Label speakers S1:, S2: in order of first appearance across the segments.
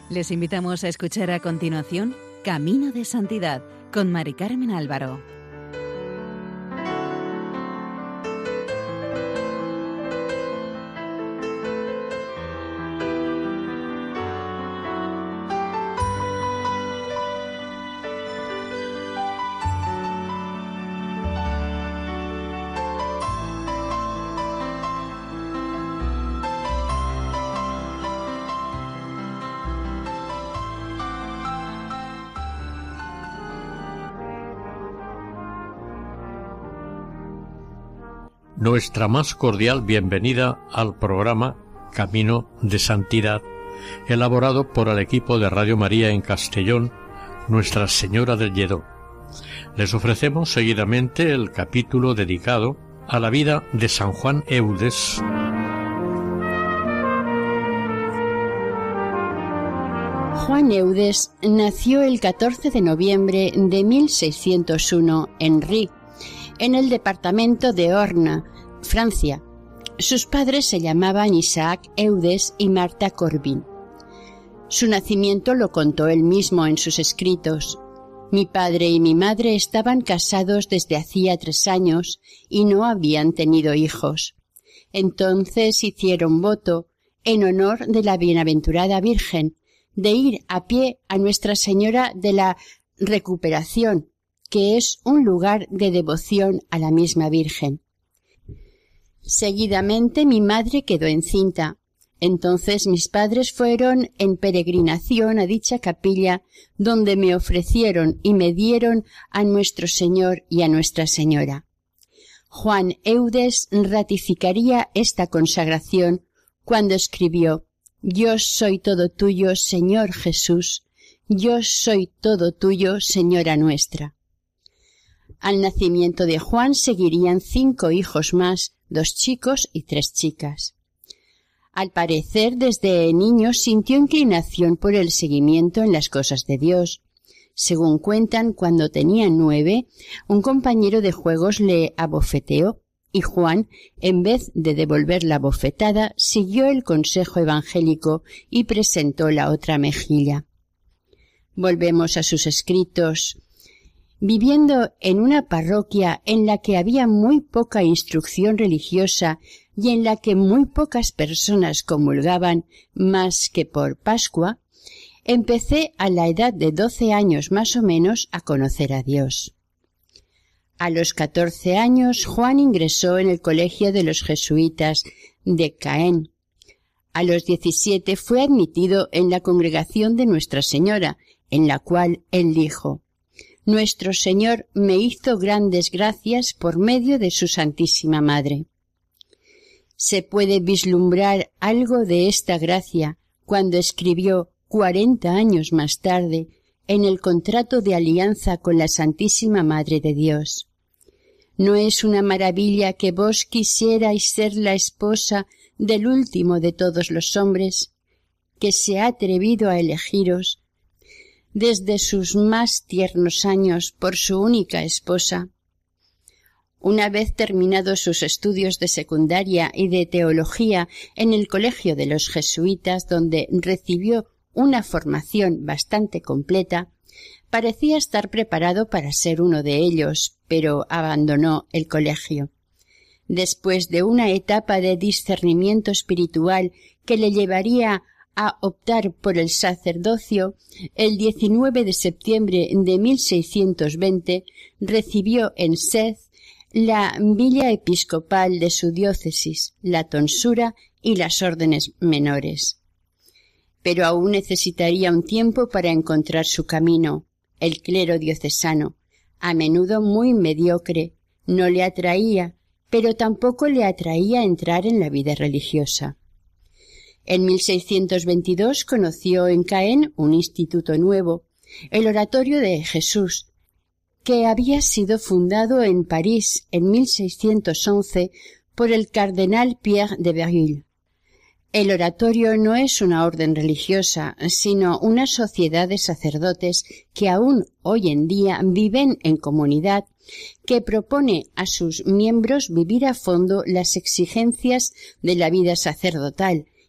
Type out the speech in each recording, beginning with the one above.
S1: Les invitamos a escuchar a continuación Camino de Santidad con Mari Carmen Álvaro.
S2: Nuestra más cordial bienvenida al programa Camino de Santidad, elaborado por el equipo de Radio María en Castellón, Nuestra Señora del Lledó. Les ofrecemos seguidamente el capítulo dedicado a la vida de San Juan Eudes.
S3: Juan Eudes nació el 14 de noviembre de 1601 en Ries, en el departamento de Orne, Francia. Sus padres se llamaban Isaac Eudes y Marta Corbin. Su nacimiento lo contó él mismo en sus escritos. Mi padre y mi madre estaban casados desde hacía 3 años y no habían tenido hijos. Entonces hicieron voto, en honor de la bienaventurada Virgen, de ir a pie a Nuestra Señora de la Recuperación, que es un lugar de devoción a la misma Virgen. Seguidamente mi madre quedó encinta. Entonces mis padres fueron en peregrinación a dicha capilla, donde me ofrecieron y me dieron a nuestro Señor y a Nuestra Señora. Juan Eudes ratificaría esta consagración cuando escribió: «Yo soy todo tuyo, Señor Jesús, yo soy todo tuyo, Señora nuestra». Al nacimiento de Juan seguirían 5 hijos más, 2 chicos y 3 chicas. Al parecer, desde niño sintió inclinación por el seguimiento en las cosas de Dios. Según cuentan, cuando tenía 9, un compañero de juegos le abofeteó, y Juan, en vez de devolver la bofetada, siguió el consejo evangélico y presentó la otra mejilla. Volvemos a sus escritos. Viviendo en una parroquia en la que había muy poca instrucción religiosa y en la que muy pocas personas comulgaban más que por Pascua, empecé a la edad de 12 años más o menos a conocer a Dios. A los 14 años Juan ingresó en el colegio de los jesuitas de Caen. A los 17 fue admitido en la congregación de Nuestra Señora, en la cual él dijo: «Nuestro Señor me hizo grandes gracias por medio de su Santísima Madre». Se puede vislumbrar algo de esta gracia cuando escribió 40 años más tarde en el contrato de alianza con la Santísima Madre de Dios: «¿No es una maravilla que vos quisierais ser la esposa del último de todos los hombres, que se ha atrevido a elegiros desde sus más tiernos años por su única esposa?» Una vez terminados sus estudios de secundaria y de teología en el colegio de los jesuitas, donde recibió una formación bastante completa, parecía estar preparado para ser uno de ellos, pero abandonó el colegio. Después de una etapa de discernimiento espiritual que le llevaría a optar por el sacerdocio, el 19 de septiembre de 1620 recibió en Sez la villa episcopal de su diócesis, la tonsura y las órdenes menores. Pero aún necesitaría un tiempo para encontrar su camino. El clero diocesano, a menudo muy mediocre, no le atraía, pero tampoco le atraía entrar en la vida religiosa. En 1622 conoció en Caen un instituto nuevo, el Oratorio de Jesús, que había sido fundado en París en 1611 por el cardenal Pierre de Berulle. El oratorio no es una orden religiosa, sino una sociedad de sacerdotes que aún hoy en día viven en comunidad, que propone a sus miembros vivir a fondo las exigencias de la vida sacerdotal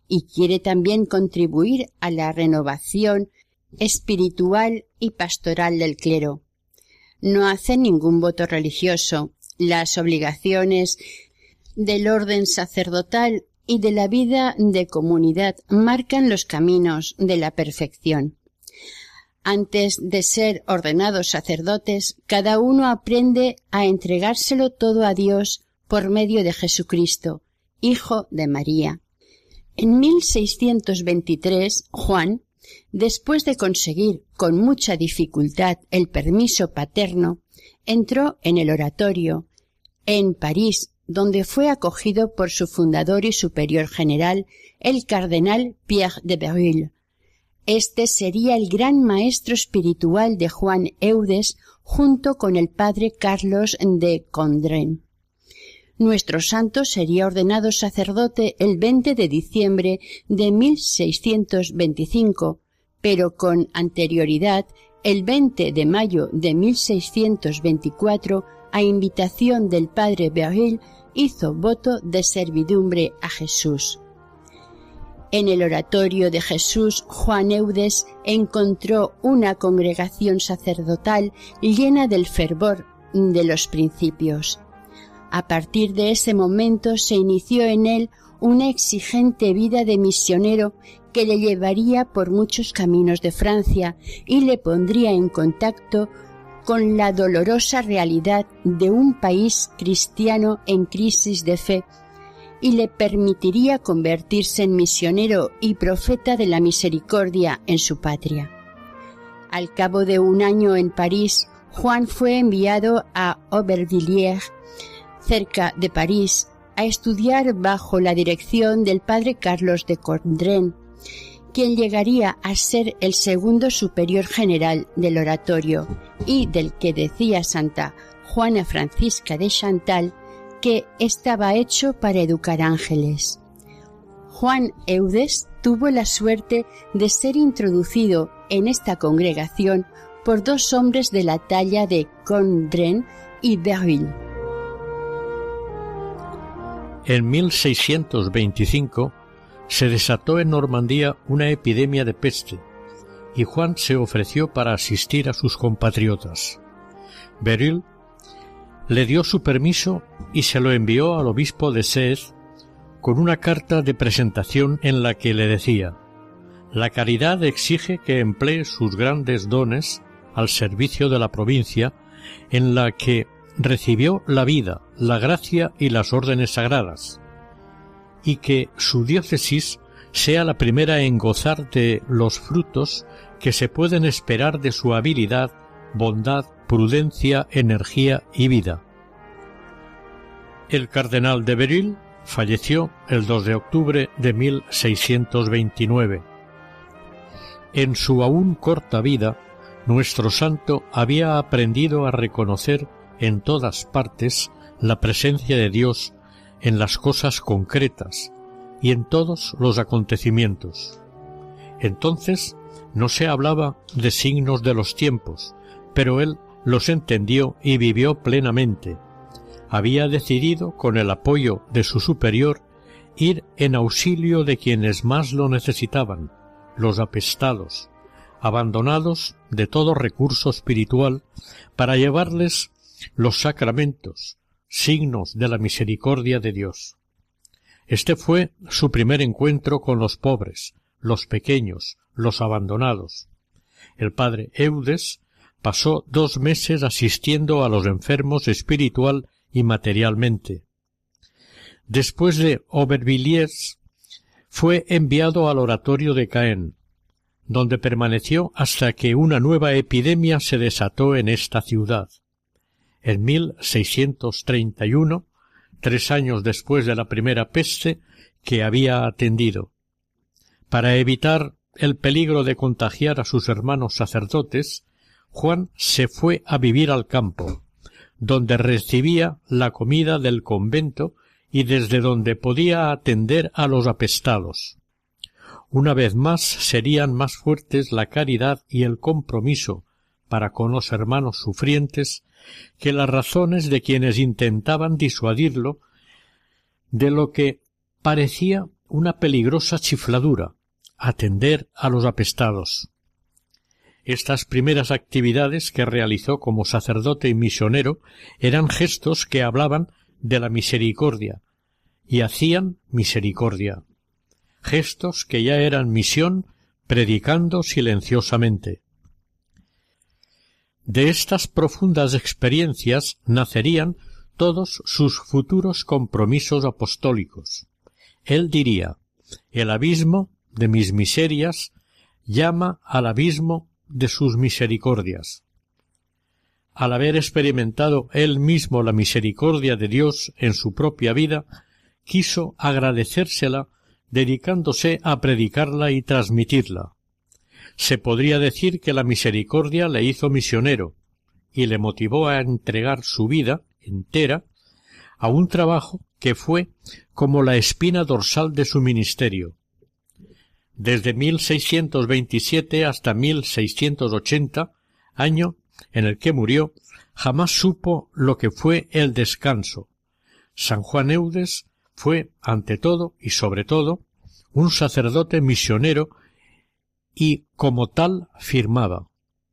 S3: y quiere también contribuir a la renovación espiritual y pastoral del clero. No hace ningún voto religioso. Las obligaciones del orden sacerdotal y de la vida de comunidad marcan los caminos de la perfección. Antes de ser ordenados sacerdotes, cada uno aprende a entregárselo todo a Dios por medio de Jesucristo, Hijo de María. En 1623, Juan, después de conseguir con mucha dificultad el permiso paterno, entró en el oratorio, en París, donde fue acogido por su fundador y superior general, el cardenal Pierre de Berulle. Este sería el gran maestro espiritual de Juan Eudes, junto con el padre Carlos de Condren. Nuestro santo sería ordenado sacerdote el 20 de diciembre de 1625, pero con anterioridad, el 20 de mayo de 1624, a invitación del padre Berulle, hizo voto de servidumbre a Jesús. En el oratorio de Jesús, Juan Eudes encontró una congregación sacerdotal llena del fervor de los principios. A partir de ese momento se inició en él una exigente vida de misionero que le llevaría por muchos caminos de Francia y le pondría en contacto con la dolorosa realidad de un país cristiano en crisis de fe y le permitiría convertirse en misionero y profeta de la misericordia en su patria. Al cabo de un año en París, Juan fue enviado a Aubervilliers, cerca de París, a estudiar bajo la dirección del padre Carlos de Condren, quien llegaría a ser el segundo superior general del oratorio y del que decía Santa Juana Francisca de Chantal que estaba hecho para educar ángeles. Juan Eudes tuvo la suerte de ser introducido en esta congregación por dos hombres de la talla de Condren y Berulle.
S2: En 1625 se desató en Normandía una epidemia de peste, y Juan se ofreció para asistir a sus compatriotas. Berulle le dio su permiso y se lo envió al obispo de Sées con una carta de presentación en la que le decía: «La caridad exige que emplee sus grandes dones al servicio de la provincia en la que recibió la vida, la gracia y las órdenes sagradas, y que su diócesis sea la primera en gozar de los frutos que se pueden esperar de su habilidad, bondad, prudencia, energía y vida». El cardenal de Berulle falleció el 2 de octubre de 1629. En su aún corta vida, nuestro santo había aprendido a reconocer en todas partes la presencia de Dios en las cosas concretas y en todos los acontecimientos. Entonces no se hablaba de signos de los tiempos, pero él los entendió y vivió plenamente. Había decidido, con el apoyo de su superior, ir en auxilio de quienes más lo necesitaban, los apestados, abandonados de todo recurso espiritual, para llevarles los sacramentos, signos de la misericordia de Dios. Este fue su primer encuentro con los pobres, los pequeños, los abandonados. El padre Eudes pasó 2 meses asistiendo a los enfermos espiritual y materialmente. Después de Aubervilliers, fue enviado al oratorio de Caen, donde permaneció hasta que una nueva epidemia se desató en esta ciudad. En 1631, 3 años después de la primera peste que había atendido. Para evitar el peligro de contagiar a sus hermanos sacerdotes, Juan se fue a vivir al campo, donde recibía la comida del convento y desde donde podía atender a los apestados. Una vez más serían más fuertes la caridad y el compromiso para con los hermanos sufrientes que las razones de quienes intentaban disuadirlo de lo que parecía una peligrosa chifladura, atender a los apestados. Estas primeras actividades que realizó como sacerdote y misionero eran gestos que hablaban de la misericordia y hacían misericordia. Gestos que ya eran misión, predicando silenciosamente. De estas profundas experiencias nacerían todos sus futuros compromisos apostólicos. Él diría: el abismo de mis miserias llama al abismo de sus misericordias. Al haber experimentado él mismo la misericordia de Dios en su propia vida, quiso agradecérsela dedicándose a predicarla y transmitirla. Se podría decir que la misericordia le hizo misionero y le motivó a entregar su vida entera a un trabajo que fue como la espina dorsal de su ministerio. Desde 1627 hasta 1680, año en el que murió, jamás supo lo que fue el descanso. San Juan Eudes fue, ante todo y sobre todo, un sacerdote misionero y, como tal, firmaba.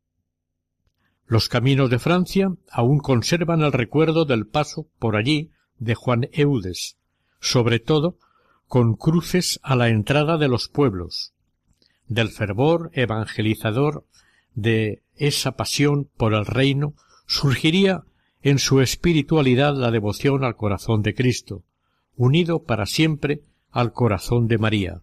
S2: Los caminos de Francia aún conservan el recuerdo del paso por allí de Juan Eudes, sobre todo con cruces a la entrada de los pueblos, del fervor evangelizador de esa pasión por el reino surgiría en su espiritualidad la devoción al corazón de Cristo, unido para siempre al corazón de María.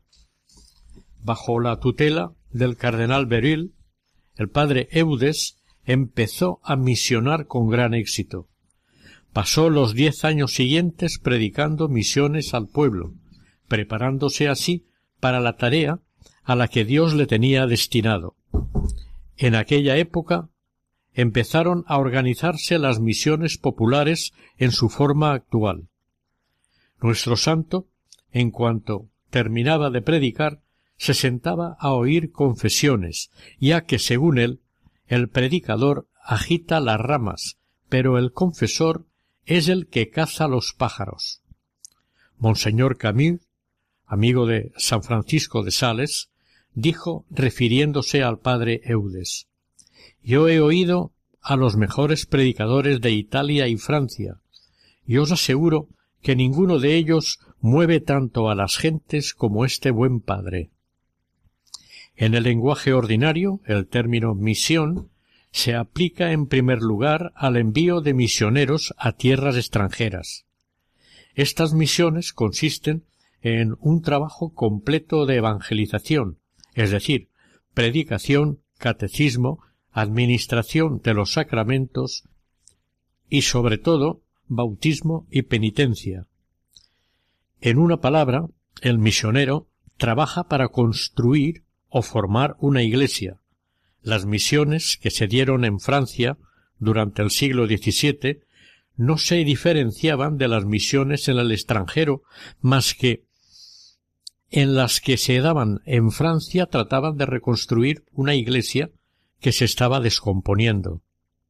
S2: Bajo la tutela del cardenal Berulle, el padre Eudes empezó a misionar con gran éxito. Pasó los 10 años siguientes predicando misiones al pueblo, preparándose así para la tarea a la que Dios le tenía destinado. En aquella época empezaron a organizarse las misiones populares en su forma actual. Nuestro santo, en cuanto terminaba de predicar, se sentaba a oír confesiones, ya que, según él, el predicador agita las ramas, pero el confesor es el que caza los pájaros. Monseñor Camus, amigo de San Francisco de Sales, dijo, refiriéndose al padre Eudes: «Yo he oído a los mejores predicadores de Italia y Francia, y os aseguro que ninguno de ellos mueve tanto a las gentes como este buen padre». En el lenguaje ordinario, el término misión se aplica en primer lugar al envío de misioneros a tierras extranjeras. Estas misiones consisten en un trabajo completo de evangelización, es decir, predicación, catecismo, administración de los sacramentos y, sobre todo, bautismo y penitencia. En una palabra, el misionero trabaja para construir o formar una iglesia. Las misiones que se dieron en Francia durante el siglo XVII no se diferenciaban de las misiones en el extranjero, más que en las que se daban en Francia trataban de reconstruir una iglesia que se estaba descomponiendo.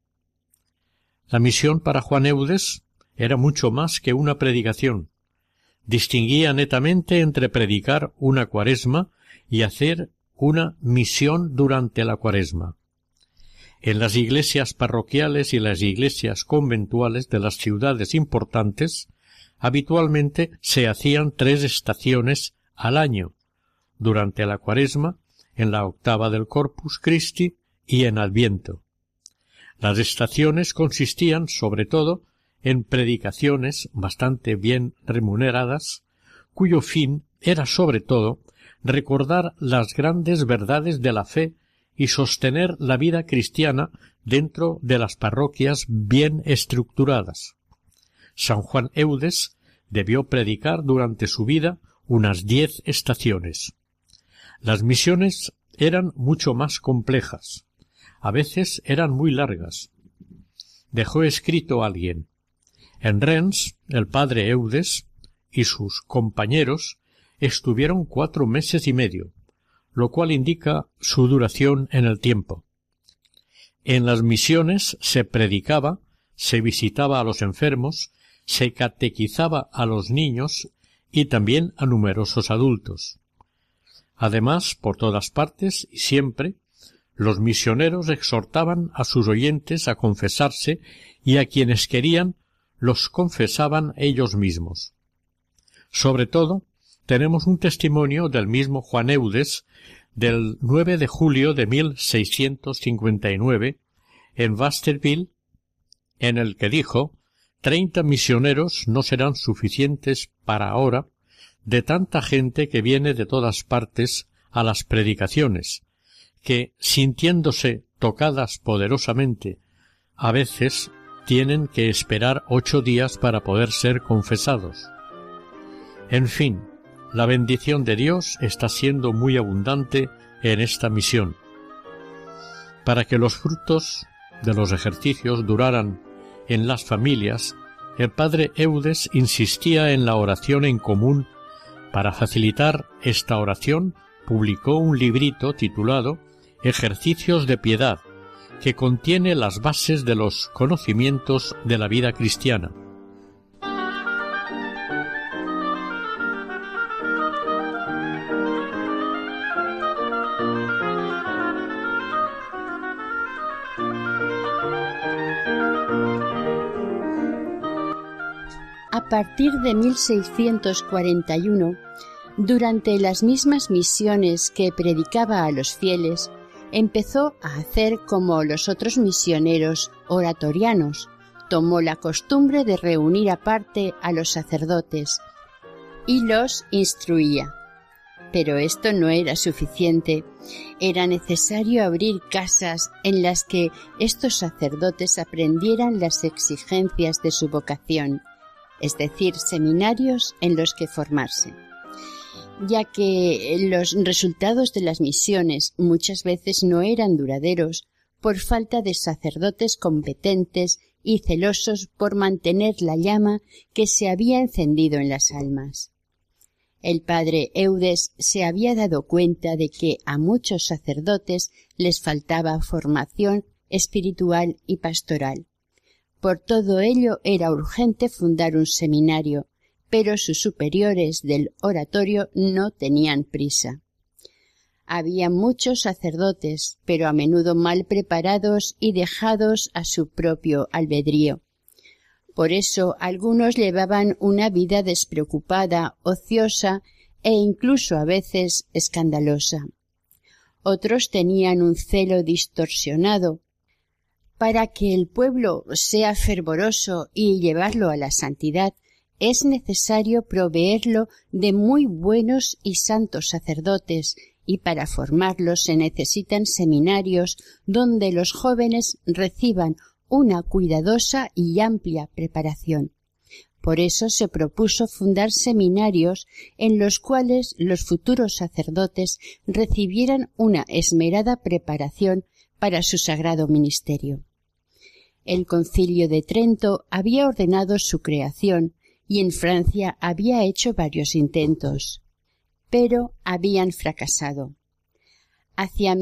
S2: La misión para Juan Eudes era mucho más que una predicación. Distinguía netamente entre predicar una cuaresma y hacer una misión durante la cuaresma. En las iglesias parroquiales y las iglesias conventuales de las ciudades importantes, habitualmente se hacían 3 estaciones al año, durante la cuaresma, en la octava del Corpus Christi y en Adviento. Las estaciones consistían, sobre todo, en predicaciones bastante bien remuneradas, cuyo fin era, sobre todo, recordar las grandes verdades de la fe y sostener la vida cristiana dentro de las parroquias bien estructuradas. San Juan Eudes debió predicar durante su vida unas 10 estaciones. Las misiones eran mucho más complejas. A veces eran muy largas. Dejó escrito alguien: en Rennes, el padre Eudes y sus compañeros estuvieron 4 meses y medio, lo cual indica su duración en el tiempo. En las misiones se predicaba, se visitaba a los enfermos, se catequizaba a los niños y también a numerosos adultos. Además, por todas partes y siempre, los misioneros exhortaban a sus oyentes a confesarse y a quienes querían los confesaban ellos mismos. Sobre todo, tenemos un testimonio del mismo Juan Eudes del 9 de julio de 1659 en Baskerville, en el que dijo: 30 misioneros no serán suficientes para ahora de tanta gente que viene de todas partes a las predicaciones, que, sintiéndose tocadas poderosamente, a veces tienen que esperar 8 días para poder ser confesados. En fin, la bendición de Dios está siendo muy abundante en esta misión. Para que los frutos de los ejercicios duraran en las familias, el padre Eudes insistía en la oración en común. Para facilitar esta oración, publicó un librito titulado Ejercicios de Piedad, que contiene las bases de los conocimientos de la vida cristiana.
S3: A partir de 1641, durante las mismas misiones que predicaba a los fieles, empezó a hacer como los otros misioneros oratorianos. Tomó la costumbre de reunir aparte a los sacerdotes y los instruía. Pero esto no era suficiente. Era necesario abrir casas en las que estos sacerdotes aprendieran las exigencias de su vocación, es decir, seminarios en los que formarse, ya que los resultados de las misiones muchas veces no eran duraderos por falta de sacerdotes competentes y celosos por mantener la llama que se había encendido en las almas. El padre Eudes se había dado cuenta de que a muchos sacerdotes les faltaba formación espiritual y pastoral. Por todo ello era urgente fundar un seminario, pero sus superiores del oratorio no tenían prisa. Había muchos sacerdotes, pero a menudo mal preparados y dejados a su propio albedrío. Por eso algunos llevaban una vida despreocupada, ociosa e incluso a veces escandalosa. Otros tenían un celo distorsionado. Para que el pueblo sea fervoroso y llevarlo a la santidad, es necesario proveerlo de muy buenos y santos sacerdotes, y para formarlos se necesitan seminarios donde los jóvenes reciban una cuidadosa y amplia preparación. Por eso se propuso fundar seminarios en los cuales los futuros sacerdotes recibieran una esmerada preparación para su sagrado ministerio. El Concilio de Trento había ordenado su creación y en Francia había hecho varios intentos, pero habían fracasado. Hacia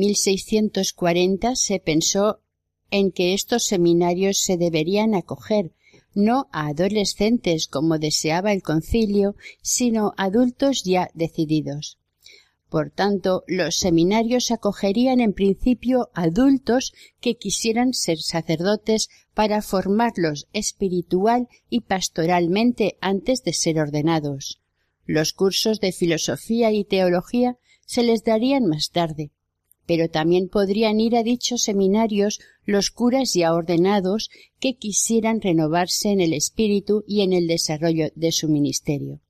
S3: 1640 se pensó en que estos seminarios se deberían acoger no a adolescentes como deseaba el concilio, sino a adultos ya decididos. Por tanto, los seminarios acogerían en principio adultos que quisieran ser sacerdotes para formarlos espiritual y pastoralmente antes de ser ordenados. Los cursos de filosofía y teología se les darían más tarde, pero también podrían ir a dichos seminarios los curas ya ordenados que quisieran renovarse en el espíritu y en el desarrollo de su ministerio.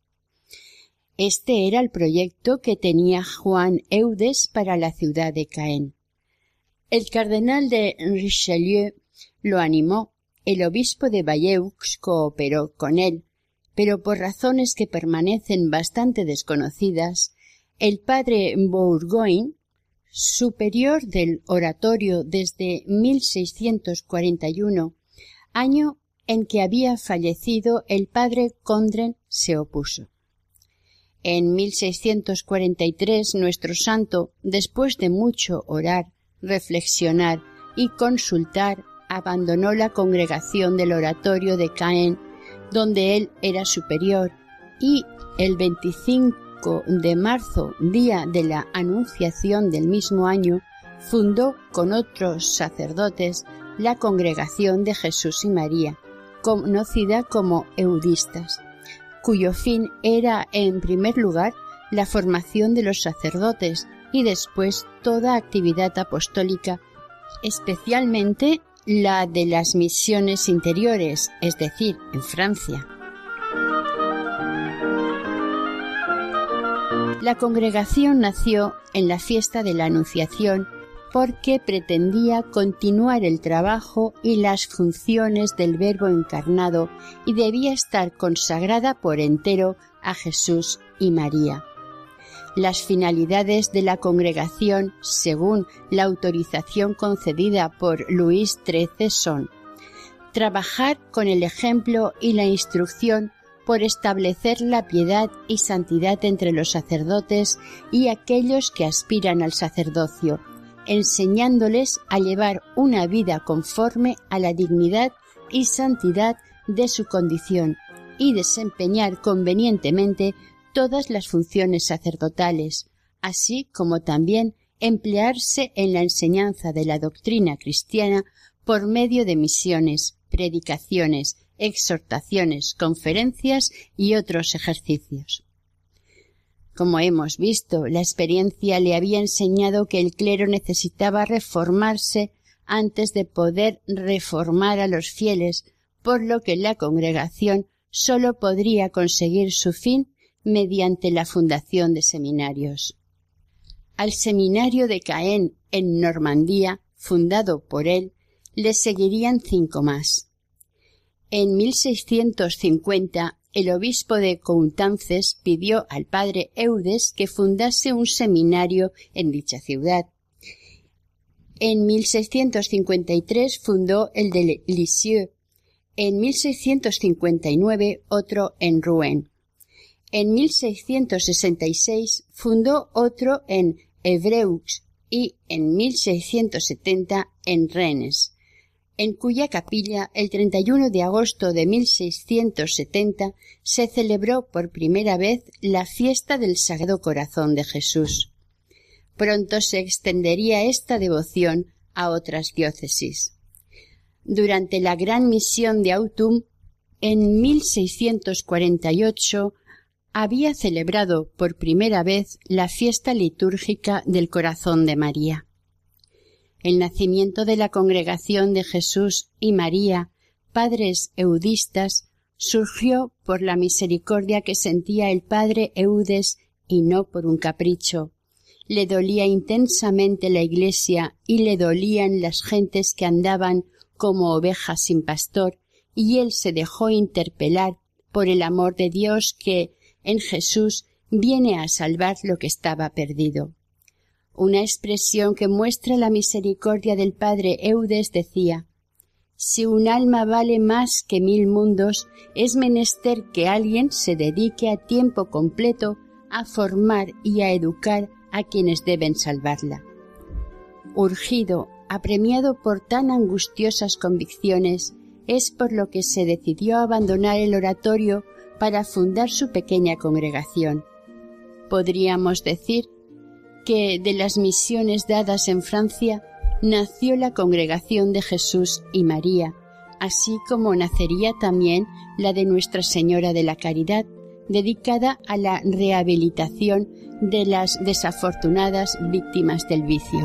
S3: Este era el proyecto que tenía Juan Eudes para la ciudad de Caen. El cardenal de Richelieu lo animó, el obispo de Bayeux cooperó con él, pero por razones que permanecen bastante desconocidas, el padre Bourgoin, superior del oratorio desde 1641, año en que había fallecido el padre Condren, se opuso. En 1643 nuestro santo, después de mucho orar, reflexionar y consultar, abandonó la congregación del oratorio de Caen, donde él era superior, y el 25 de marzo, día de la Anunciación del mismo año, fundó con otros sacerdotes la Congregación de Jesús y María, conocida como eudistas, cuyo fin era, en primer lugar, la formación de los sacerdotes y después toda actividad apostólica, especialmente la de las misiones interiores, es decir, en Francia. La congregación nació en la fiesta de la Anunciación porque pretendía continuar el trabajo y las funciones del Verbo encarnado y debía estar consagrada por entero a Jesús y María. Las finalidades de la congregación, según la autorización concedida por Luis XIII, son: trabajar con el ejemplo y la instrucción por establecer la piedad y santidad entre los sacerdotes y aquellos que aspiran al sacerdocio, enseñándoles a llevar una vida conforme a la dignidad y santidad de su condición y desempeñar convenientemente todas las funciones sacerdotales, así como también emplearse en la enseñanza de la doctrina cristiana por medio de misiones, predicaciones, exhortaciones, conferencias y otros ejercicios. Como hemos visto, la experiencia le había enseñado que el clero necesitaba reformarse antes de poder reformar a los fieles, por lo que la congregación sólo podría conseguir su fin mediante la fundación de seminarios. Al seminario de Caen, en Normandía, fundado por él, le seguirían 5 más. En 1650, el obispo de Coutances pidió al padre Eudes que fundase un seminario en dicha ciudad. En 1653 fundó el de Lisieux, en 1659 otro en Rouen. En 1666 fundó otro en Évreux y en 1670 en Rennes, en cuya capilla el 31 de agosto de 1670 se celebró por primera vez la fiesta del Sagrado Corazón de Jesús. Pronto se extendería esta devoción a otras diócesis. Durante la Gran Misión de Autun, en 1648, había celebrado por primera vez la fiesta litúrgica del Corazón de María. El nacimiento de la Congregación de Jesús y María, padres eudistas, surgió por la misericordia que sentía el padre Eudes y no por un capricho. Le dolía intensamente la Iglesia y le dolían las gentes que andaban como ovejas sin pastor, y él se dejó interpelar por el amor de Dios que, en Jesús, viene a salvar lo que estaba perdido. Una expresión que muestra la misericordia del padre Eudes decía: si un alma vale más que 1000 mundos, es menester que alguien se dedique a tiempo completo a formar y a educar a quienes deben salvarla. Urgido, apremiado por tan angustiosas convicciones, es por lo que se decidió a abandonar el oratorio para fundar su pequeña congregación. Podríamos decir que de las misiones dadas en Francia nació la Congregación de Jesús y María, así como nacería también la de Nuestra Señora de la Caridad, dedicada a la rehabilitación de las desafortunadas víctimas del vicio.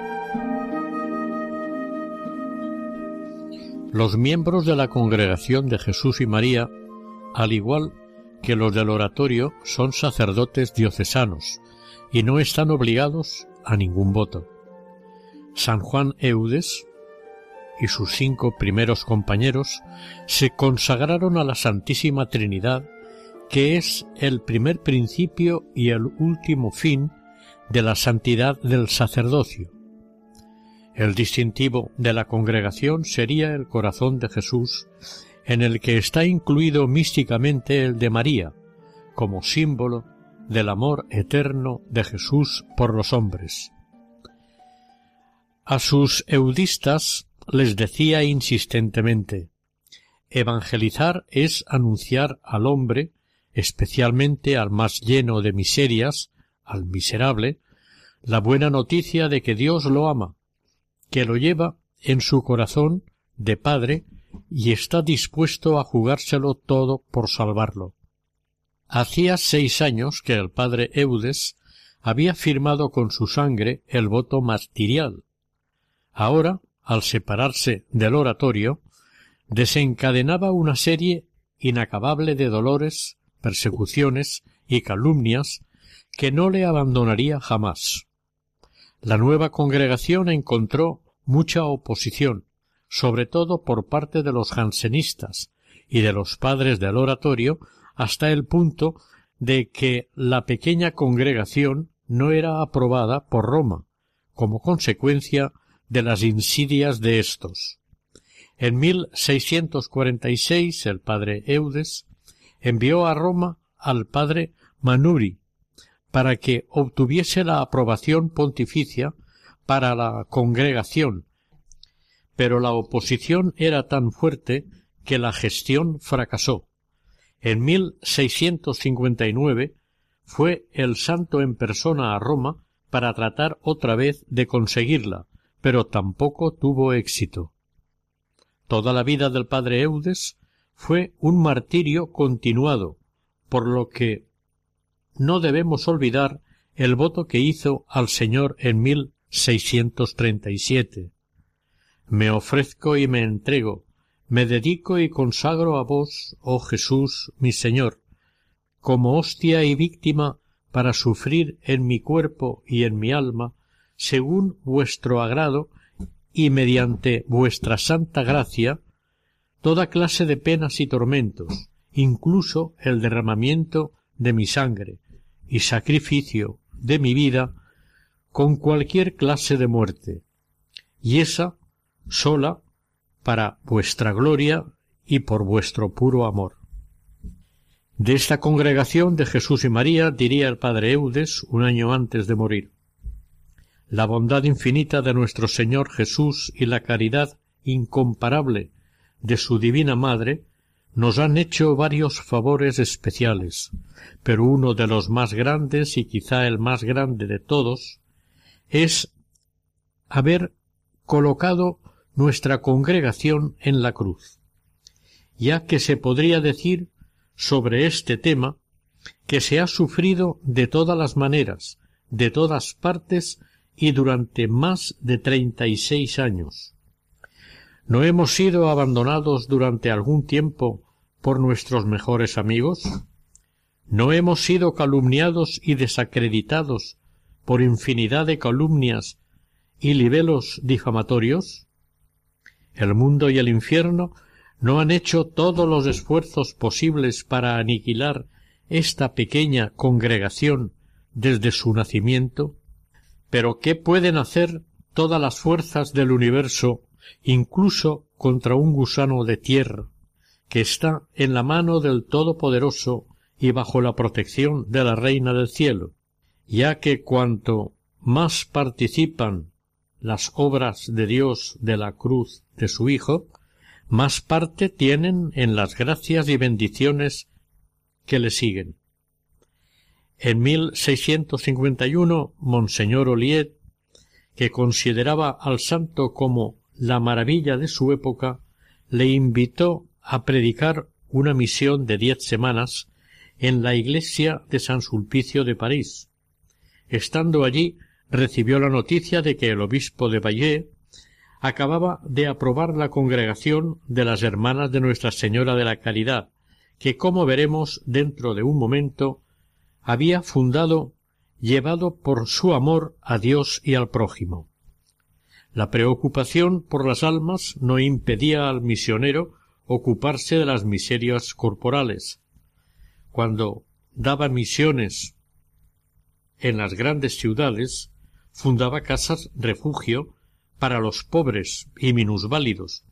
S2: Los miembros de la Congregación de Jesús y María, al igual que los del oratorio, son sacerdotes diocesanos y no están obligados a ningún voto. San Juan Eudes y sus 5 primeros compañeros se consagraron a la Santísima Trinidad, que es el primer principio y el último fin de la santidad del sacerdocio. El distintivo de la congregación sería el corazón de Jesús, en el que está incluido místicamente el de María, como símbolo del amor eterno de Jesús por los hombres. A sus eudistas les decía insistentemente: evangelizar es anunciar al hombre especialmente al más lleno de miserias, al miserable, la buena noticia de que Dios lo ama, que lo lleva en su corazón de padre y está dispuesto a jugárselo todo por salvarlo. Hacía 6 años que el padre Eudes había firmado con su sangre el voto martirial. Ahora, al separarse del oratorio, desencadenaba una serie inacabable de dolores, persecuciones y calumnias que no le abandonaría jamás. La nueva congregación encontró mucha oposición, sobre todo por parte de los jansenistas y de los padres del oratorio, hasta el punto de que la pequeña congregación no era aprobada por Roma, como consecuencia de las insidias de éstos. En 1646 el padre Eudes envió a Roma al padre Manuri para que obtuviese la aprobación pontificia para la congregación, pero la oposición era tan fuerte que la gestión fracasó. En 1659 fue el santo en persona a Roma para tratar otra vez de conseguirla, pero tampoco tuvo éxito. Toda la vida del padre Eudes fue un martirio continuado, por lo que no debemos olvidar el voto que hizo al Señor en 1637. Me ofrezco y me entrego, me dedico y consagro a vos, oh Jesús, mi Señor, como hostia y víctima para sufrir en mi cuerpo y en mi alma, según vuestro agrado y mediante vuestra santa gracia, toda clase de penas y tormentos, incluso el derramamiento de mi sangre y sacrificio de mi vida, con cualquier clase de muerte, y esa sola para vuestra gloria y por vuestro puro amor. De esta congregación de Jesús y María diría el padre Eudes un año antes de morir: la bondad infinita de nuestro Señor Jesús y la caridad incomparable de su divina Madre nos han hecho varios favores especiales, pero uno de los más grandes, y quizá el más grande de todos, es haber colocado nuestra congregación en la cruz, ya que se podría decir sobre este tema que se ha sufrido de todas las maneras, de todas partes y durante más de 36 años. ¿No hemos sido abandonados durante algún tiempo por nuestros mejores amigos? ¿No hemos sido calumniados y desacreditados por infinidad de calumnias y libelos difamatorios? El mundo y el infierno no han hecho todos los esfuerzos posibles para aniquilar esta pequeña congregación desde su nacimiento. Pero ¿qué pueden hacer todas las fuerzas del universo, incluso contra un gusano de tierra, que está en la mano del Todopoderoso y bajo la protección de la Reina del Cielo, ya que cuanto más participan las obras de Dios de la cruz de su Hijo, más parte tienen en las gracias y bendiciones que le siguen? En 1651, Monseñor Oliet, que consideraba al santo como la maravilla de su época, le invitó a predicar una misión de 10 semanas en la iglesia de San Sulpicio de París. Estando allí, recibió la noticia de que el obispo de Bayeux acababa de aprobar la congregación de las Hermanas de Nuestra Señora de la Caridad, que, como veremos dentro de un momento, había fundado, llevado por su amor a Dios y al prójimo. La preocupación por las almas no impedía al misionero ocuparse de las miserias corporales. Cuando daba misiones en las grandes ciudades, fundaba casas refugio para los pobres y minusválidos,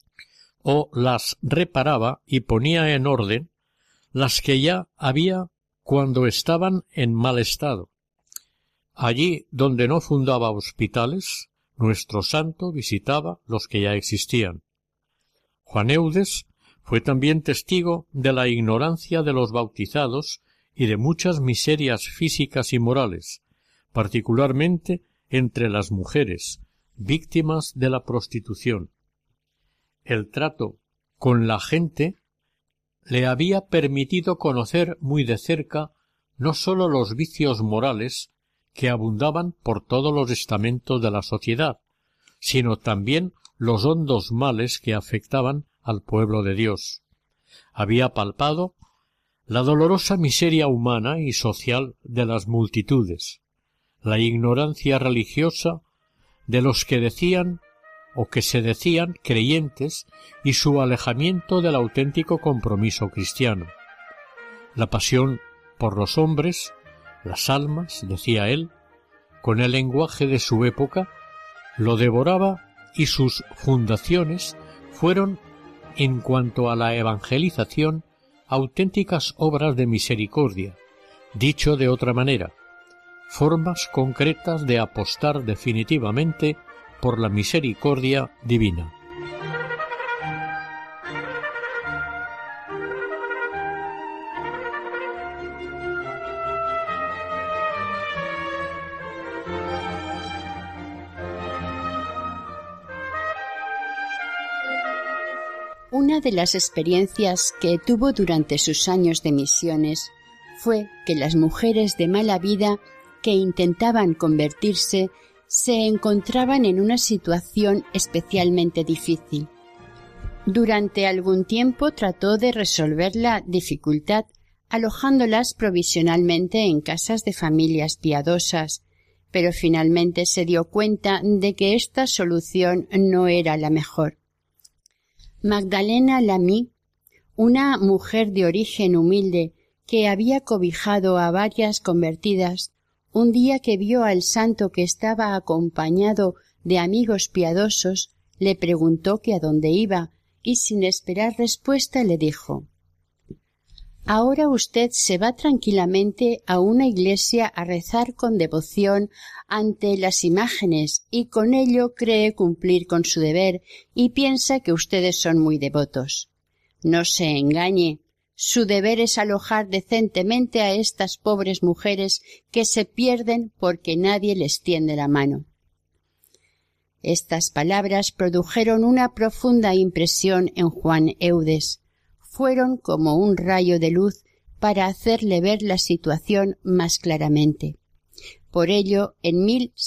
S2: o las reparaba y ponía en orden las que ya había cuando estaban en mal estado. Allí donde no fundaba hospitales, nuestro santo visitaba los que ya existían. Juan Eudes Fue también testigo de la ignorancia de los bautizados y de muchas miserias físicas y morales, particularmente entre las mujeres, víctimas de la prostitución. El trato con la gente le había permitido conocer muy de cerca no sólo los vicios morales que abundaban por todos los estamentos de la sociedad, sino también los hondos males que afectaban al pueblo de Dios. Había palpado la dolorosa miseria humana y social de las multitudes, la ignorancia religiosa de los que decían o que se decían creyentes y su alejamiento del auténtico compromiso cristiano. La pasión por los hombres, las almas, decía él, con el lenguaje de su época, lo devoraba y sus fundaciones fueron, en cuanto a la evangelización, auténticas obras de misericordia, dicho de otra manera, formas concretas de apostar definitivamente por la misericordia divina.
S3: Una de las experiencias que tuvo durante sus años de misiones fue que las mujeres de mala vida que intentaban convertirse se encontraban en una situación especialmente difícil. Durante algún tiempo trató de resolver la dificultad alojándolas provisionalmente en casas de familias piadosas, pero finalmente se dio cuenta de que esta solución no era la mejor. Magdalena Lamy, una mujer de origen humilde que había cobijado a varias convertidas, un día que vio al santo que estaba acompañado de amigos piadosos, le preguntó que a dónde iba y sin esperar respuesta le dijo: «Ahora usted se va tranquilamente a una iglesia a rezar con devoción ante las imágenes y con ello cree cumplir con su deber y piensa que ustedes son muy devotos. No se engañe. Su deber es alojar decentemente a estas pobres mujeres que se pierden porque nadie les tiende la mano». Estas palabras produjeron una profunda impresión en Juan Eudes. Fueron como un rayo de luz para hacerle ver la situación más claramente. Por ello, en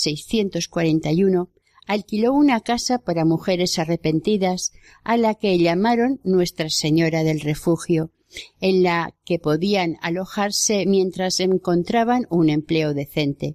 S3: 1641, alquiló una casa para mujeres arrepentidas, a la que llamaron Nuestra Señora del Refugio, en la que podían alojarse mientras encontraban un empleo decente.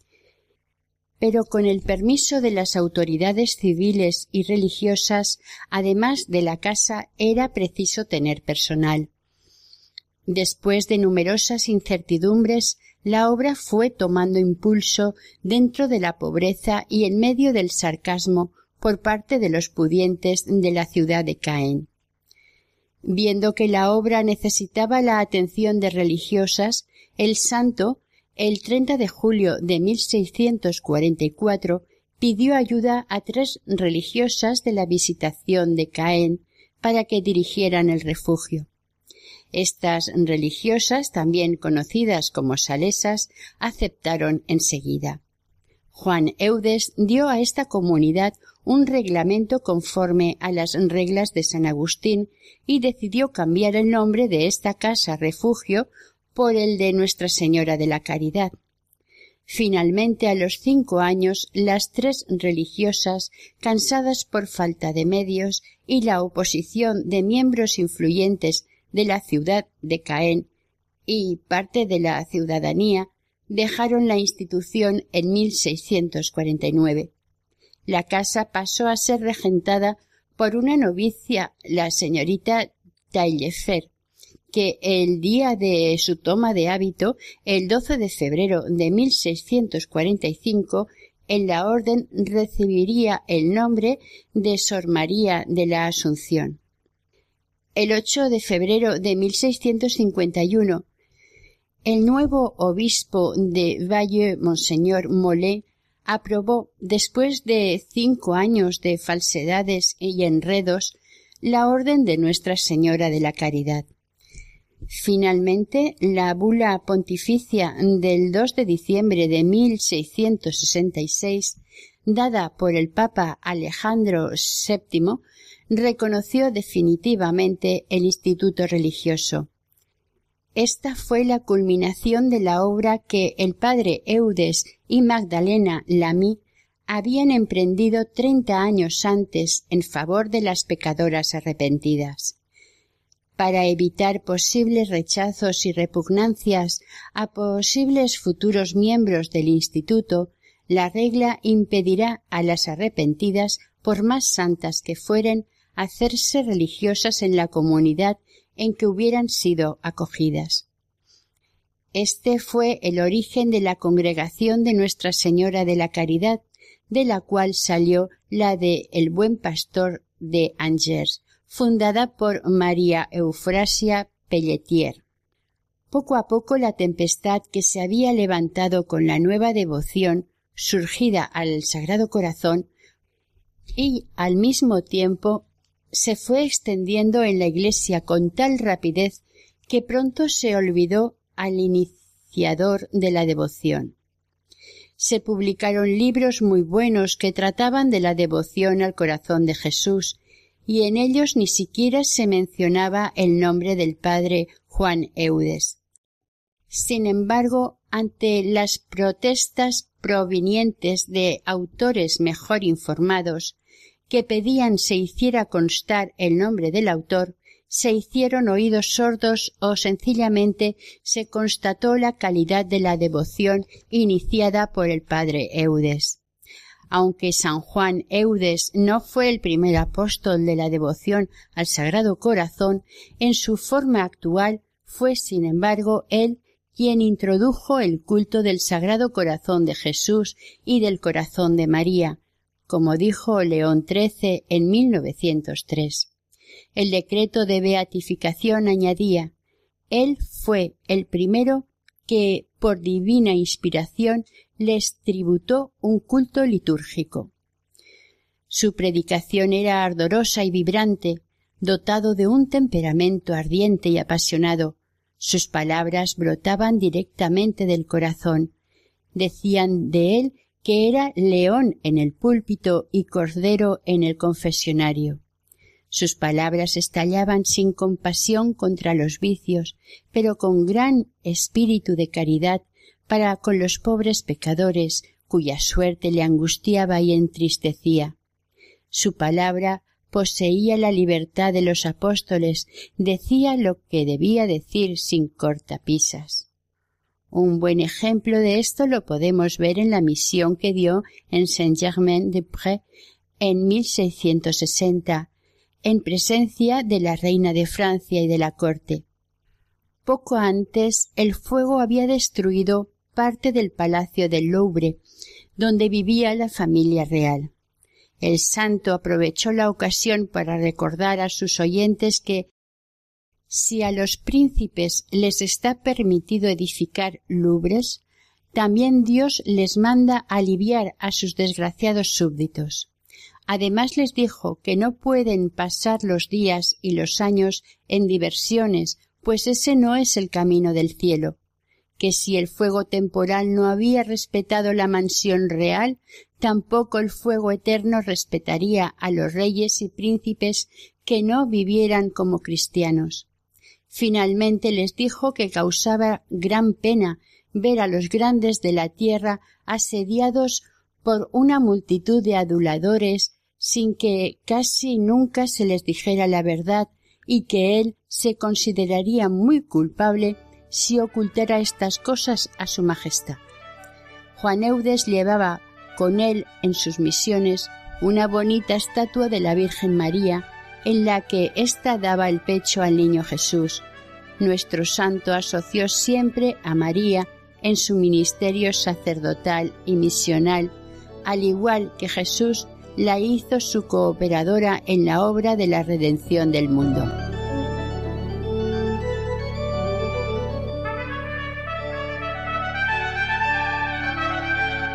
S3: Pero con el permiso de las autoridades civiles y religiosas, además de la casa, era preciso tener personal. Después de numerosas incertidumbres, la obra fue tomando impulso dentro de la pobreza y en medio del sarcasmo por parte de los pudientes de la ciudad de Caen. Viendo que la obra necesitaba la atención de religiosas, el santo, el 30 de julio de 1644, pidió ayuda a 3 religiosas de la Visitación de Caen para que dirigieran el refugio. Estas religiosas, también conocidas como salesas, aceptaron enseguida. Juan Eudes dio a esta comunidad un reglamento conforme a las reglas de San Agustín y decidió cambiar el nombre de esta casa refugio por el de Nuestra Señora de la Caridad. Finalmente, a los 5 años, las 3 religiosas, cansadas por falta de medios y la oposición de miembros influyentes de la ciudad de Caen y parte de la ciudadanía, dejaron la institución en 1649. La casa pasó a ser regentada por una novicia, la señorita Taillefer, que el día de su toma de hábito, el 12 de febrero de 1645, en la orden recibiría el nombre de Sor María de la Asunción. El 8 de febrero de 1651, el nuevo obispo de Valle, Monseñor Molé, aprobó, después de 5 años de falsedades y enredos, la Orden de Nuestra Señora de la Caridad. Finalmente, la bula pontificia del 2 de diciembre de 1666, dada por el Papa Alejandro VII, reconoció definitivamente el instituto religioso. Esta fue la culminación de la obra que el padre Eudes y Magdalena Lamy habían emprendido 30 años antes en favor de las pecadoras arrepentidas. Para evitar posibles rechazos y repugnancias a posibles futuros miembros del instituto, la regla impedirá a las arrepentidas, por más santas que fueren, hacerse religiosas en la comunidad en que hubieran sido acogidas. Este fue el origen de la Congregación de Nuestra Señora de la Caridad, de la cual salió la de El Buen Pastor de Angers, fundada por María Eufrasia Pelletier. Poco a poco la tempestad que se había levantado con la nueva devoción surgida al Sagrado Corazón y al mismo tiempo se fue extendiendo en la Iglesia con tal rapidez que pronto se olvidó al iniciador de la devoción. Se publicaron libros muy buenos que trataban de la devoción al corazón de Jesús, y en ellos ni siquiera se mencionaba el nombre del padre Juan Eudes. Sin embargo, ante las protestas provenientes de autores mejor informados, que pedían se hiciera constar el nombre del autor, se hicieron oídos sordos o sencillamente se constató la calidad de la devoción iniciada por el padre Eudes. Aunque San Juan Eudes no fue el primer apóstol de la devoción al Sagrado Corazón, en su forma actual fue, sin embargo, él quien introdujo el culto del Sagrado Corazón de Jesús y del Corazón de María, como dijo León XIII en 1903. El decreto de beatificación añadía: él fue el primero que, por divina inspiración, les tributó un culto litúrgico. Su predicación era ardorosa y vibrante, dotado de un temperamento ardiente y apasionado. Sus palabras brotaban directamente del corazón. Decían de él que era león en el púlpito y cordero en el confesionario. Sus palabras estallaban sin compasión contra los vicios, pero con gran espíritu de caridad para con los pobres pecadores, cuya suerte le angustiaba y entristecía. Su palabra poseía la libertad de los apóstoles, decía lo que debía decir sin cortapisas. Un buen ejemplo de esto lo podemos ver en la misión que dio en Saint-Germain-des-Prés en 1660, en presencia de la reina de Francia y de la corte. Poco antes, el fuego había destruido parte del palacio del Louvre, donde vivía la familia real. El santo aprovechó la ocasión para recordar a sus oyentes que, si a los príncipes les está permitido edificar louvres, también Dios les manda aliviar a sus desgraciados súbditos. Además les dijo que no pueden pasar los días y los años en diversiones, pues ese no es el camino del cielo, que si el fuego temporal no había respetado la mansión real, tampoco el fuego eterno respetaría a los reyes y príncipes que no vivieran como cristianos. Finalmente les dijo que causaba gran pena ver a los grandes de la tierra asediados por una multitud de aduladores sin que casi nunca se les dijera la verdad, y que él se consideraría muy culpable si ocultara estas cosas a su majestad. Juan Eudes llevaba con él en sus misiones una bonita estatua de la Virgen María, en la que ésta daba el pecho al niño Jesús. Nuestro santo asoció siempre a María en su ministerio sacerdotal y misional, al igual que Jesús la hizo su cooperadora en la obra de la redención del mundo.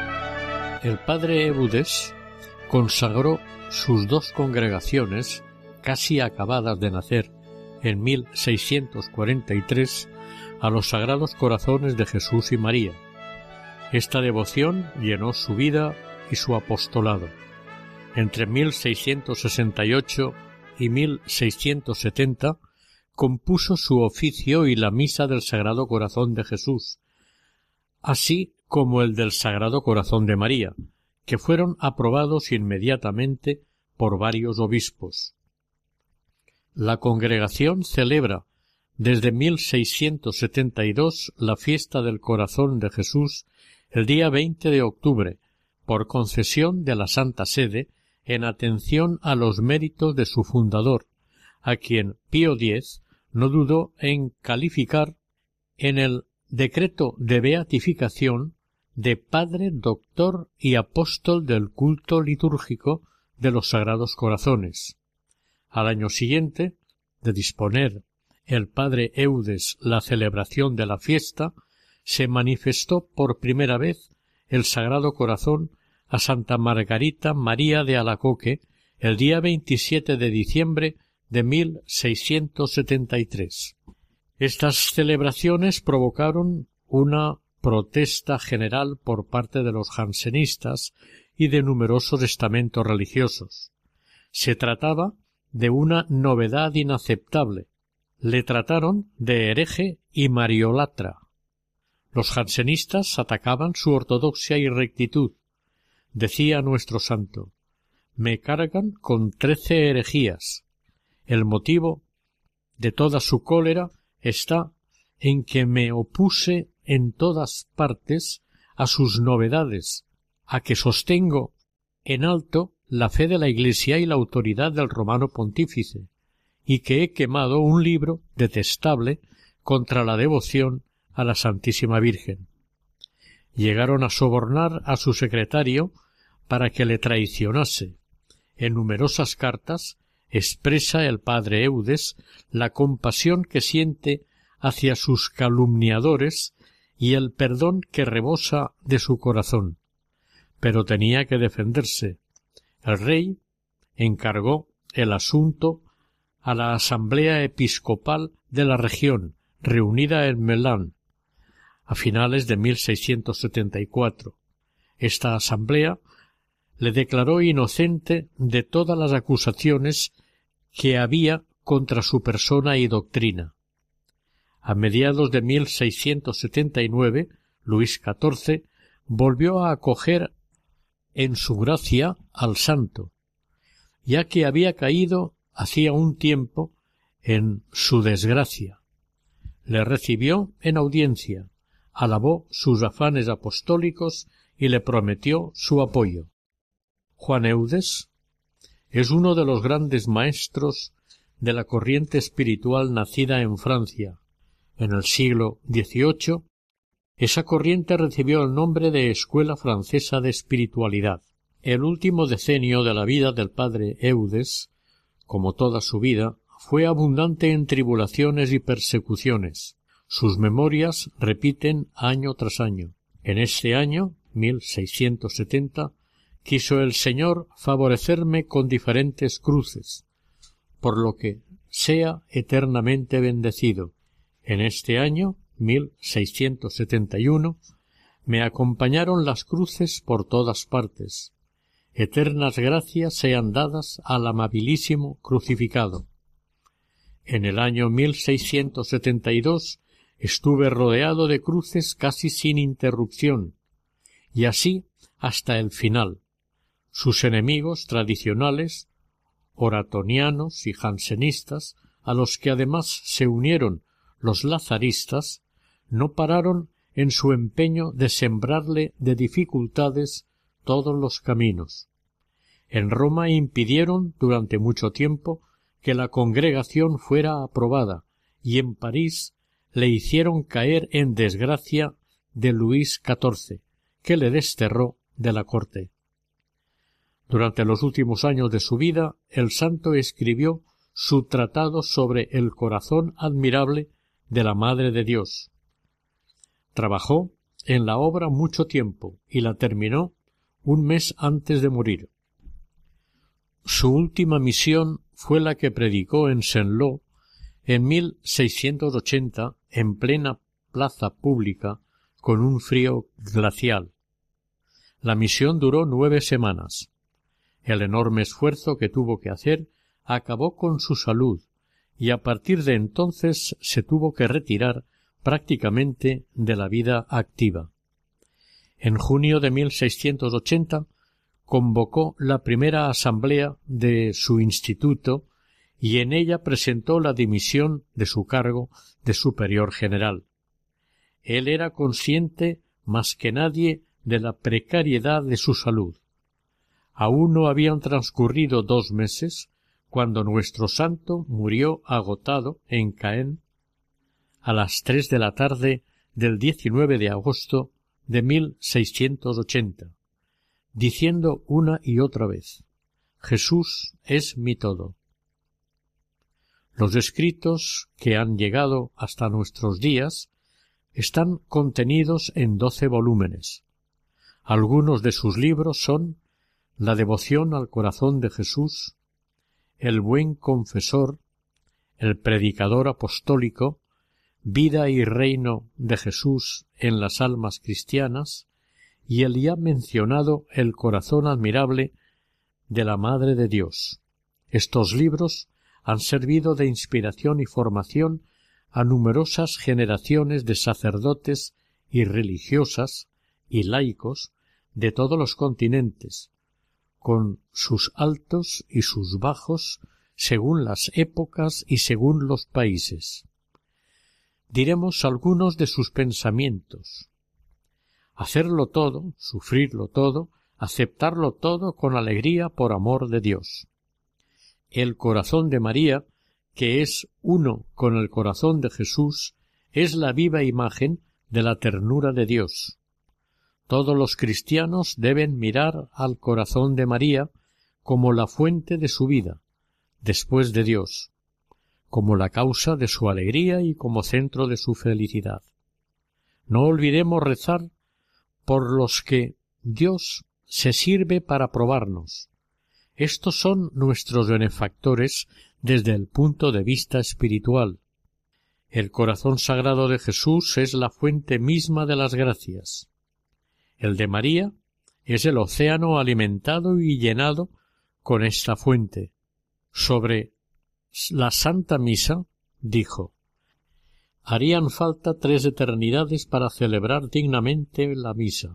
S2: El padre Eudes consagró sus dos congregaciones casi acabadas de nacer en 1643, a los Sagrados Corazones de Jesús y María. Esta devoción llenó su vida y su apostolado. Entre 1668 y 1670 compuso su oficio y la misa del Sagrado Corazón de Jesús, así como el del Sagrado Corazón de María, que fueron aprobados inmediatamente por varios obispos. La congregación celebra desde 1672 la fiesta del Corazón de Jesús el día 20 de octubre, por concesión de la Santa Sede, en atención a los méritos de su fundador, a quien Pío X no dudó en calificar en el decreto de beatificación de Padre, Doctor y Apóstol del culto litúrgico de los Sagrados Corazones. Al año siguiente, de disponer el Padre Eudes la celebración de la fiesta, se manifestó por primera vez el Sagrado Corazón a Santa Margarita María de Alacoque el día 27 de diciembre de 1673. Estas celebraciones provocaron una protesta general por parte de los jansenistas y de numerosos estamentos religiosos. Se trataba de una novedad inaceptable. Le trataron de hereje y mariolatra. Los jansenistas atacaban su ortodoxia y rectitud. Decía nuestro santo: me cargan con 13 herejías. El motivo de toda su cólera está en que me opuse en todas partes a sus novedades, a que sostengo en alto la fe de la Iglesia y la autoridad del romano pontífice, y que he quemado un libro detestable contra la devoción a la Santísima Virgen. Llegaron a sobornar a su secretario para que le traicionase. En numerosas cartas expresa el padre Eudes la compasión que siente hacia sus calumniadores y el perdón que rebosa de su corazón. Pero tenía que defenderse. El rey encargó el asunto a la Asamblea Episcopal de la región, reunida en Melun, a finales de 1674. Esta asamblea le declaró inocente de todas las acusaciones que había contra su persona y doctrina. A mediados de 1679, Luis XIV volvió a acoger en su gracia al santo, ya que había caído hacía un tiempo en su desgracia. Le recibió en audiencia, alabó sus afanes apostólicos y le prometió su apoyo. Juan Eudes es uno de los grandes maestros de la corriente espiritual nacida en Francia. En el siglo XVIII, esa corriente recibió el nombre de Escuela Francesa de Espiritualidad. El último decenio de la vida del padre Eudes, como toda su vida, fue abundante en tribulaciones y persecuciones. Sus memorias repiten año tras año. En este año, 1670, quiso el Señor favorecerme con diferentes cruces, por lo que sea eternamente bendecido. En este año, 1671, me acompañaron las cruces por todas partes. Eternas gracias sean dadas al amabilísimo crucificado. En el año 1672 estuve rodeado de cruces casi sin interrupción, y así hasta el final. Sus enemigos tradicionales, oratonianos y jansenistas, a los que además se unieron los lazaristas, no pararon en su empeño de sembrarle de dificultades todos los caminos. En Roma impidieron durante mucho tiempo que la congregación fuera aprobada, y en París le hicieron caer en desgracia de Luis XIV, que le desterró de la corte. Durante los últimos años de su vida, el santo escribió su tratado sobre el corazón admirable de la Madre de Dios. Trabajó en la obra mucho tiempo y la terminó un mes antes de morir. Su última misión fue la que predicó en Saint-Lô en 1680 en plena plaza pública con un frío glacial. La misión duró 9 semanas. El enorme esfuerzo que tuvo que hacer acabó con su salud y a partir de entonces se tuvo que retirar prácticamente de la vida activa. En junio de 1680 convocó la primera asamblea de su instituto y en ella presentó la dimisión de su cargo de superior general. Él era consciente más que nadie de la precariedad de su salud. Aún no habían transcurrido 2 meses cuando nuestro santo murió agotado en Caen a las 3 de la tarde del 19 de agosto de 1680, diciendo una y otra vez: Jesús es mi todo. Los escritos que han llegado hasta nuestros días están contenidos en 12 volúmenes. Algunos de sus libros son La devoción al corazón de Jesús, El buen confesor, El predicador apostólico, Vida y reino de Jesús en las almas cristianas y el ya mencionado El corazón admirable de la Madre de Dios. Estos libros han servido de inspiración y formación a numerosas generaciones de sacerdotes y religiosas y laicos de todos los continentes, con sus altos y sus bajos según las épocas y según los países. Diremos algunos de sus pensamientos. Hacerlo todo, sufrirlo todo, aceptarlo todo con alegría por amor de Dios. El corazón de María, que es uno con el corazón de Jesús, es la viva imagen de la ternura de Dios. Todos los cristianos deben mirar al corazón de María como la fuente de su vida, después de Dios, como la causa de su alegría y como centro de su felicidad. No olvidemos rezar por los que Dios se sirve para probarnos. Estos son nuestros benefactores desde el punto de vista espiritual. El corazón sagrado de Jesús es la fuente misma de las gracias. El de María es el océano alimentado y llenado con esta fuente. Sobre la Santa Misa dijo: harían falta 3 eternidades para celebrar dignamente la misa.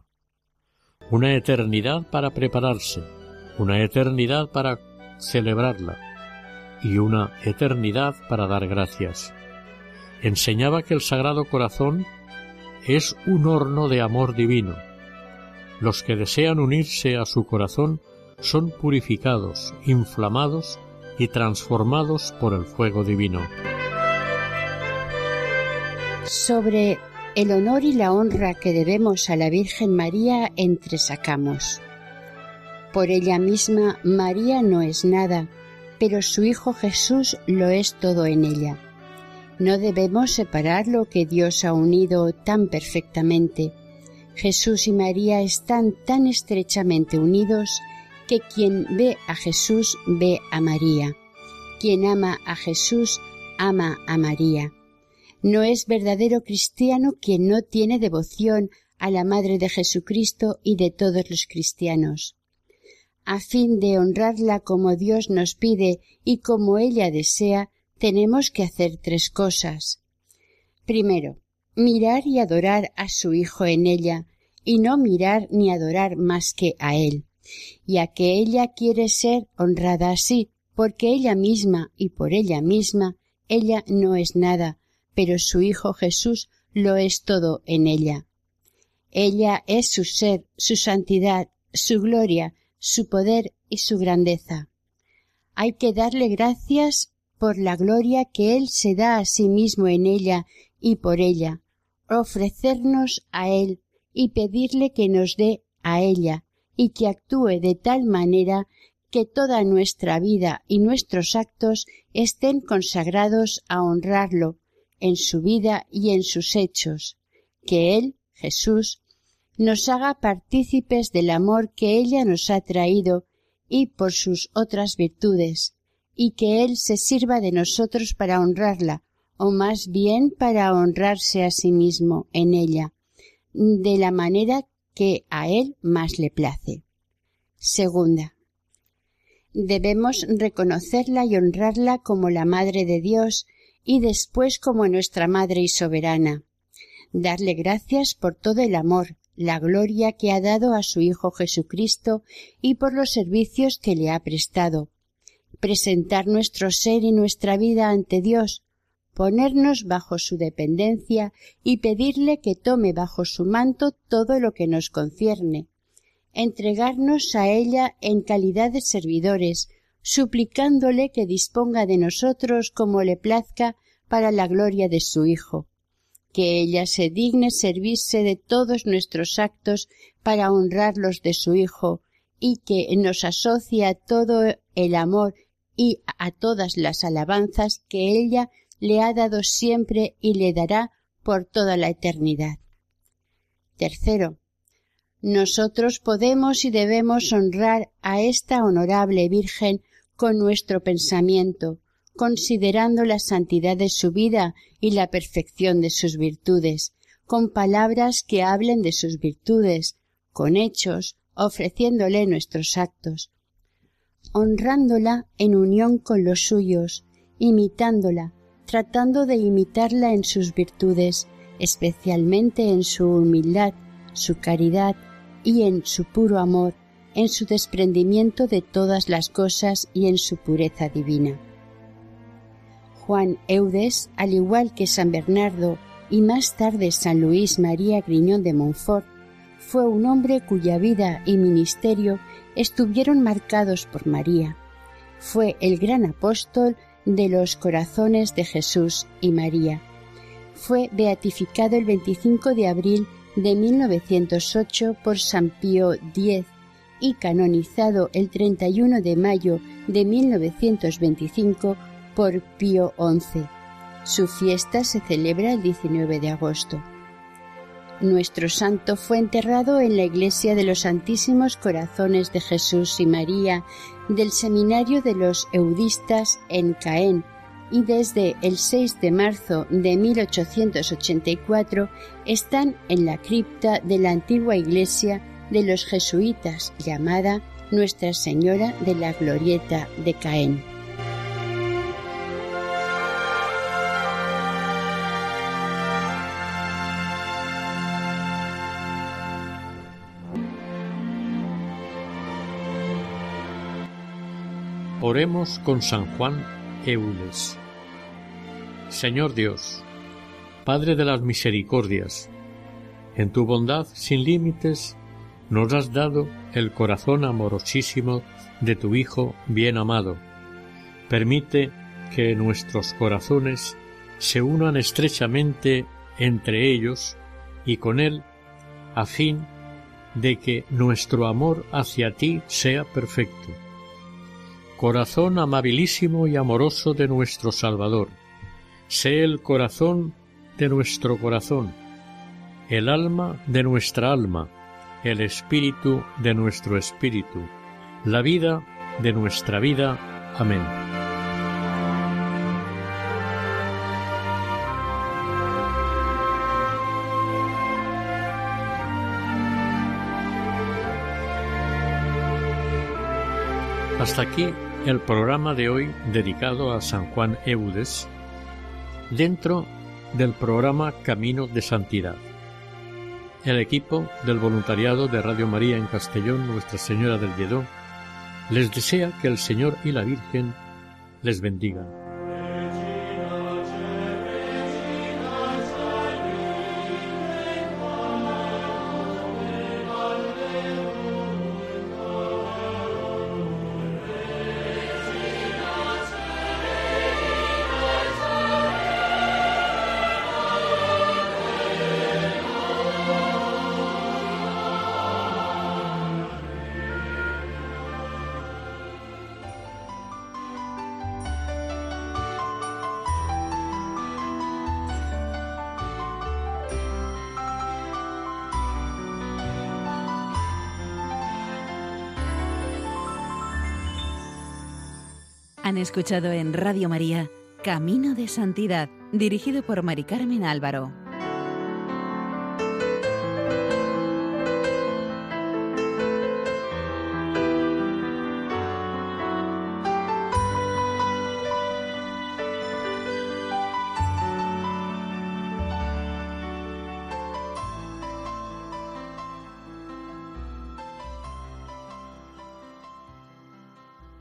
S2: Una eternidad para prepararse, una eternidad para celebrarla y una eternidad para dar gracias. Enseñaba que el Sagrado Corazón es un horno de amor divino. Los que desean unirse a su corazón son purificados, inflamados y transformados por el fuego divino.
S3: Sobre el honor y la honra que debemos a la Virgen María entresacamos. Por ella misma María no es nada, pero su Hijo Jesús lo es todo en ella. No debemos separar lo que Dios ha unido tan perfectamente. Jesús y María están tan estrechamente unidos que quien ve a Jesús ve a María. Quien ama a Jesús ama a María. No es verdadero cristiano quien no tiene devoción a la Madre de Jesucristo y de todos los cristianos. A fin de honrarla como Dios nos pide y como ella desea, tenemos que hacer 3 cosas. Primero, mirar y adorar a su Hijo en ella, y no mirar ni adorar más que a Él, ya que ella quiere ser honrada así, porque ella misma y por ella misma, ella no es nada, pero su Hijo Jesús lo es todo en ella. Ella es su ser, su santidad, su gloria, su poder y su grandeza. Hay que darle gracias por la gloria que Él se da a sí mismo en ella y por ella, ofrecernos a Él y pedirle que nos dé a ella y que actúe de tal manera que toda nuestra vida y nuestros actos estén consagrados a honrarlo en su vida y en sus hechos, que Él, Jesús, nos haga partícipes del amor que ella nos ha traído y por sus otras virtudes, y que Él se sirva de nosotros para honrarla, o más bien para honrarse a sí mismo en ella, de la manera que a Él más le place. Segunda, debemos reconocerla y honrarla como la Madre de Dios y después como nuestra Madre y soberana. Darle gracias por todo el amor, la gloria que ha dado a su Hijo Jesucristo y por los servicios que le ha prestado. Presentar nuestro ser y nuestra vida ante Dios, ponernos bajo su dependencia y pedirle que tome bajo su manto todo lo que nos concierne. Entregarnos a ella en calidad de servidores, suplicándole que disponga de nosotros como le plazca para la gloria de su Hijo. Que ella se digne servirse de todos nuestros actos para honrar los de su Hijo y que nos asocie a todo el amor y a todas las alabanzas que ella le ha dado siempre y le dará por toda la eternidad. Tercero, nosotros podemos y debemos honrar a esta honorable Virgen con nuestro pensamiento, considerando la santidad de su vida y la perfección de sus virtudes, con palabras que hablen de sus virtudes, con hechos, ofreciéndole nuestros actos, honrándola en unión con los suyos, imitándola, tratando de imitarla en sus virtudes, especialmente en su humildad, su caridad y en su puro amor, en su desprendimiento de todas las cosas y en su pureza divina. Juan Eudes, al igual que San Bernardo y más tarde San Luis María Griñón de Montfort, fue un hombre cuya vida y ministerio estuvieron marcados por María. Fue el gran apóstol de los corazones de Jesús y María. Fue beatificado el 25 de abril de 1908 por San Pío X y canonizado el 31 de mayo de 1925 por Pío XI. Su fiesta se celebra el 19 de agosto. Nuestro santo fue enterrado en la iglesia de los Santísimos Corazones de Jesús y María del Seminario de los Eudistas en Caen, y desde el 6 de marzo de 1884 están en la cripta de la antigua iglesia de los jesuitas llamada Nuestra Señora de la Glorieta de Caen.
S2: Oremos con San Juan Eudes. Señor Dios, Padre de las misericordias, en tu bondad sin límites nos has dado el corazón amorosísimo de tu Hijo bien amado. Permite que nuestros corazones se unan estrechamente entre ellos y con Él, a fin de que nuestro amor hacia ti sea perfecto. Corazón amabilísimo y amoroso de nuestro Salvador, sé el corazón de nuestro corazón, el alma de nuestra alma, el espíritu de nuestro espíritu, la vida de nuestra vida. Amén. Hasta aquí el programa de hoy dedicado a San Juan Eudes, dentro del programa Camino de Santidad. El equipo del voluntariado de Radio María en Castellón, Nuestra Señora del Lledó, les desea que el Señor y la Virgen les bendigan.
S1: Han escuchado en Radio María Camino de Santidad, dirigido por Mari Carmen Álvaro.